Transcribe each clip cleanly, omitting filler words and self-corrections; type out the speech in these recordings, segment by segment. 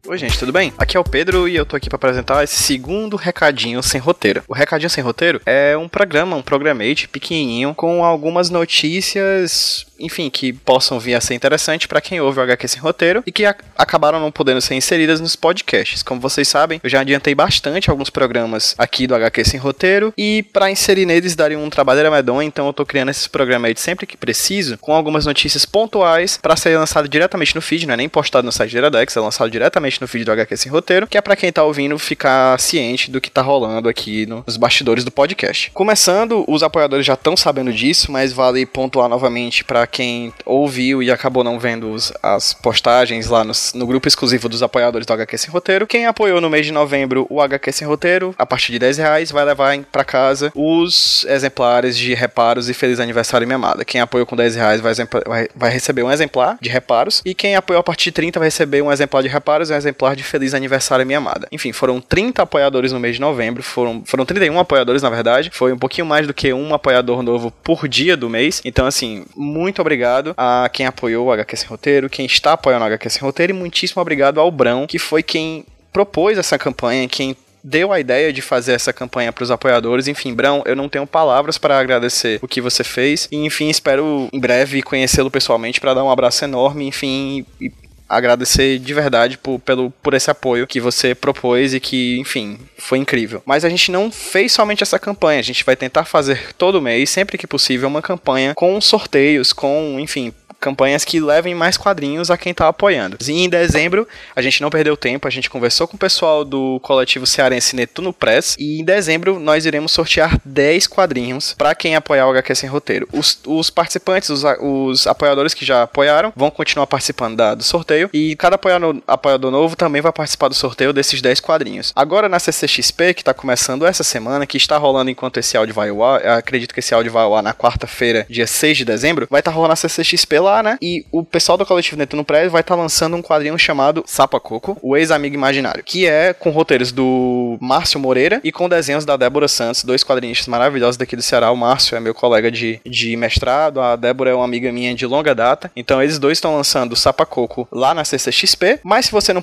Oi gente, tudo bem? Aqui é o Pedro e eu tô aqui pra apresentar esse segundo Recadinho Sem Roteiro. O Recadinho Sem Roteiro é um programmate pequenininho com algumas notícias, enfim, que possam vir a ser interessante pra quem ouve o HQ Sem Roteiro e que acabaram não podendo ser inseridas nos podcasts. Como vocês sabem, eu já adiantei bastante alguns programas aqui do HQ Sem Roteiro e pra inserir neles daria um trabalheira medonha, então eu tô criando esses programates sempre que preciso, com algumas notícias pontuais pra ser lançado diretamente no feed, não é nem postado no site de Iradex, é lançado diretamente no feed do HQ Sem Roteiro, que é pra quem tá ouvindo ficar ciente do que tá rolando aqui nos bastidores do podcast. Começando, os apoiadores já estão sabendo disso, mas vale pontuar novamente pra quem ouviu e acabou não vendo as postagens lá no grupo exclusivo dos apoiadores do HQ Sem Roteiro. Quem apoiou no mês de novembro o HQ Sem Roteiro, a partir de R$10, vai levar pra casa os exemplares de Reparos e Feliz Aniversário Minha Amada. Quem apoiou com R$10 vai receber um exemplar de Reparos, e quem apoiou a partir de 30 vai receber um exemplar de Reparos e um exemplar de Feliz Aniversário Minha Amada. Enfim, foram 30 apoiadores no mês de novembro, foram 31 apoiadores na verdade, foi um pouquinho mais do que um apoiador novo por dia do mês, então assim, muito obrigado a quem apoiou o HQ Sem Roteiro, quem está apoiando o HQ Sem Roteiro, e muitíssimo obrigado ao Brão, que foi quem propôs essa campanha, quem deu a ideia de fazer essa campanha para os apoiadores. Enfim, Brão, eu não tenho palavras para agradecer o que você fez, e enfim, espero em breve conhecê-lo pessoalmente para dar um abraço enorme, enfim, e agradecer de verdade por esse apoio que você propôs e que, enfim, foi incrível. Mas a gente não fez somente essa campanha, a gente vai tentar fazer todo mês, sempre que possível, uma campanha com sorteios, com, enfim, campanhas que levem mais quadrinhos a quem tá apoiando. E em dezembro, a gente não perdeu tempo, a gente conversou com o pessoal do coletivo cearense Netuno Press, e em dezembro nós iremos sortear 10 quadrinhos para quem apoiar o HQ Sem Roteiro. Os participantes, os apoiadores que já apoiaram, vão continuar participando do sorteio, e cada apoiador novo também vai participar do sorteio desses 10 quadrinhos. Agora na CCXP, que tá começando essa semana, que está rolando enquanto esse áudio vai ao ar, eu acredito que esse áudio vai ao ar na quarta-feira, dia 6 de dezembro, vai estar rolando a CCXP lá, né? E o pessoal do coletivo Netuno Press vai estar lançando um quadrinho chamado Sapa Coco, o ex-amigo imaginário, que é com roteiros do Márcio Moreira e com desenhos da Débora Santos, dois quadrinistas maravilhosos daqui do Ceará. O Márcio é meu colega de mestrado, a Débora é uma amiga minha de longa data, então eles dois estão lançando o Sapa Coco lá na CCXP, mas se você não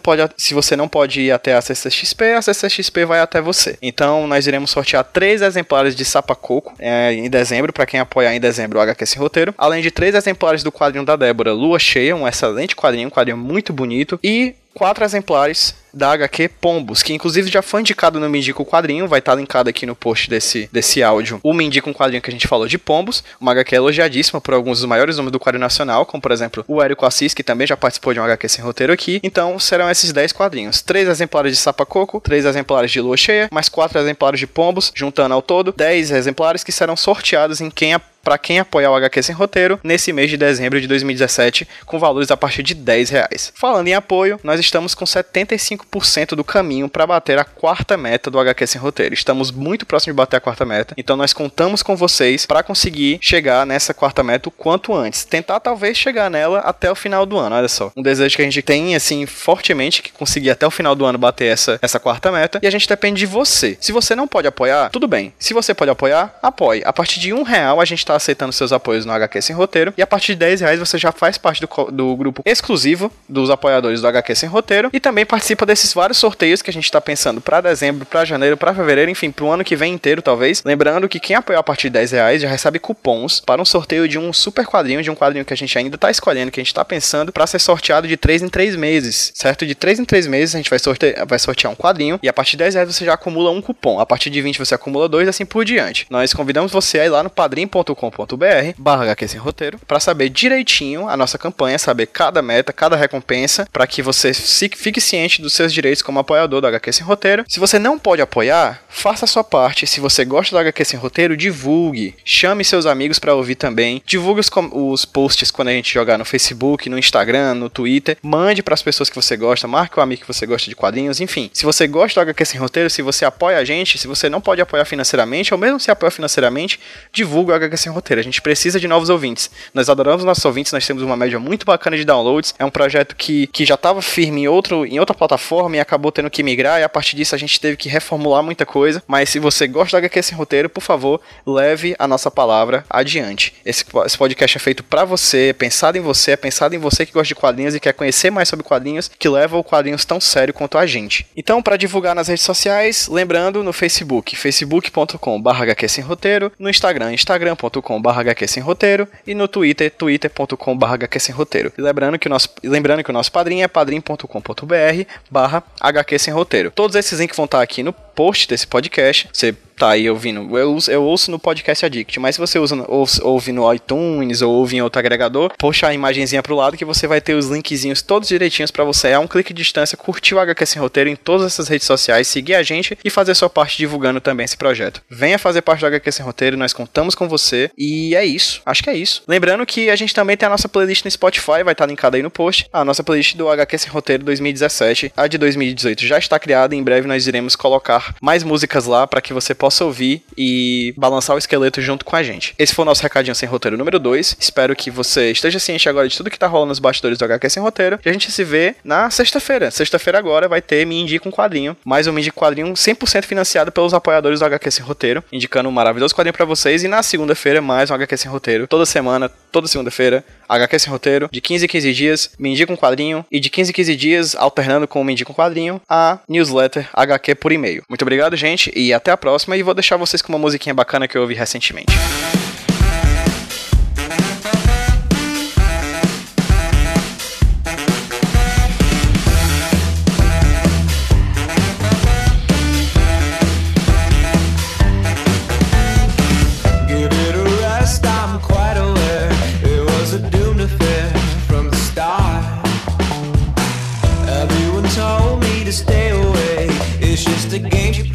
pode ir até a CCXP vai até você. Então nós iremos sortear 3 exemplares de Sapa Coco em dezembro, para quem apoiar em dezembro o HQ Sem Roteiro, além de 3 exemplares do quadrinho da Débora, Lua Cheia, um excelente quadrinho, um quadrinho muito bonito, e 4 exemplares da HQ Pombos, que inclusive já foi indicado no Me Indica o Quadrinho, vai estar linkado aqui no post desse áudio. O Me Indica um Quadrinho que a gente falou de Pombos, uma HQ elogiadíssima por alguns dos maiores nomes do quadrinho nacional, como por exemplo o Érico Assis, que também já participou de um HQ Sem Roteiro aqui. Então serão esses 10 quadrinhos, 3 exemplares de Sapa Coco, 3 exemplares de Lua Cheia, mais 4 exemplares de Pombos, juntando ao todo 10 exemplares que serão sorteados para quem apoiar o HQ Sem Roteiro nesse mês de dezembro de 2017, com valores a partir de R$10. Falando em apoio, nós estamos com 75% do caminho para bater a 4ª meta do HQ Sem Roteiro. Estamos muito próximos de bater a 4ª meta, então nós contamos com vocês para conseguir chegar nessa 4ª meta o quanto antes. Tentar talvez chegar nela até o final do ano, olha só. Um desejo que a gente tem, assim, fortemente, que conseguir até o final do ano bater essa 4ª meta, e a gente depende de você. Se você não pode apoiar, tudo bem. Se você pode apoiar, apoie. A partir de R$1 a gente está aceitando seus apoios no HQ Sem Roteiro, e a partir de R$10 você já faz parte do grupo exclusivo dos apoiadores do HQ Sem Roteiro, e também participa desses vários sorteios que a gente tá pensando pra dezembro, pra janeiro, pra fevereiro, enfim, pro ano que vem inteiro, talvez. Lembrando que quem apoiar a partir de R$10 já recebe cupons para um sorteio de um super quadrinho, de um quadrinho que a gente ainda tá escolhendo, que a gente tá pensando pra ser sorteado de 3 em 3 meses, certo? De 3 em 3 meses a gente vai sortear um quadrinho, e a partir de R$10 você já acumula um cupom, a partir de 20 você acumula 2, assim por diante. Nós convidamos você a ir lá no padrim.com.br/HQ Sem Roteiro pra saber direitinho a nossa campanha, saber cada meta, cada recompensa, pra que você fique ciente dos seus direitos como apoiador do HQ Sem Roteiro. Se você não pode apoiar, faça a sua parte. Se você gosta do HQ Sem Roteiro, divulgue. Chame seus amigos pra ouvir também. Divulgue os posts quando a gente jogar no Facebook, no Instagram, no Twitter. Mande pras pessoas que você gosta. Marque o amigo que você gosta de quadrinhos. Enfim, se você gosta do HQ Sem Roteiro, se você apoia a gente, se você não pode apoiar financeiramente, ou mesmo se apoia financeiramente, divulgue o HQ Sem Roteiro. A gente precisa de novos ouvintes. Nós adoramos nossos ouvintes, nós temos uma média muito bacana de downloads. É um projeto que já estava firme em outra plataforma e acabou tendo que migrar, e a partir disso a gente teve que reformular muita coisa. Mas se você gosta do HQ Sem Roteiro, por favor, leve a nossa palavra adiante. Esse podcast é feito pra você, é pensado em você que gosta de quadrinhos e quer conhecer mais sobre quadrinhos, que leva o quadrinhos tão sério quanto a gente. Então, para divulgar nas redes sociais, lembrando, no Facebook, facebook.com/HQ Sem Roteiro, no Instagram, instagram.com/HQ Sem Roteiro, e no Twitter, twitter.com/HQ Sem Roteiro. E lembrando que o nosso padrinho é padrim.com.br/HQ Sem Roteiro. Todos esses links vão estar aqui no post desse podcast. Você tá aí ouvindo, eu ouço no Podcast Addict, mas se você ouve no iTunes ou ouve em outro agregador, puxa a imagenzinha pro lado que você vai ter os linkzinhos todos direitinhos pra você, a um clique de distância, curtir o HQ Sem Roteiro em todas essas redes sociais, seguir a gente e fazer sua parte divulgando também esse projeto. Venha fazer parte do HQ Sem Roteiro, nós contamos com você, e é isso, acho que é isso. Lembrando que a gente também tem a nossa playlist no Spotify, vai estar linkada aí no post, a nossa playlist do HQ Sem Roteiro 2017, a de 2018 já está criada, e em breve nós iremos colocar mais músicas lá para que você possa ouvir e balançar o esqueleto junto com a gente. Esse foi o nosso recadinho sem roteiro número 2. Espero que você esteja ciente agora de tudo que tá rolando nos bastidores do HQ Sem Roteiro. E a gente se vê na sexta-feira. Sexta-feira agora vai ter Me Indica um Quadrinho. Mais um Me Indica um Quadrinho 100% financiado pelos apoiadores do HQ Sem Roteiro, indicando um maravilhoso quadrinho pra vocês. E na segunda-feira mais um HQ Sem Roteiro. Toda semana, toda segunda-feira, HQ Sem Roteiro. De 15 em 15 dias, Me Indica um Quadrinho. E de 15 em 15 dias, alternando com o Me Indica um Quadrinho, a newsletter HQ por e-mail. Muito obrigado, gente, e até a próxima. E vou deixar vocês com uma musiquinha bacana que eu ouvi recentemente. Stay away, it's just a game.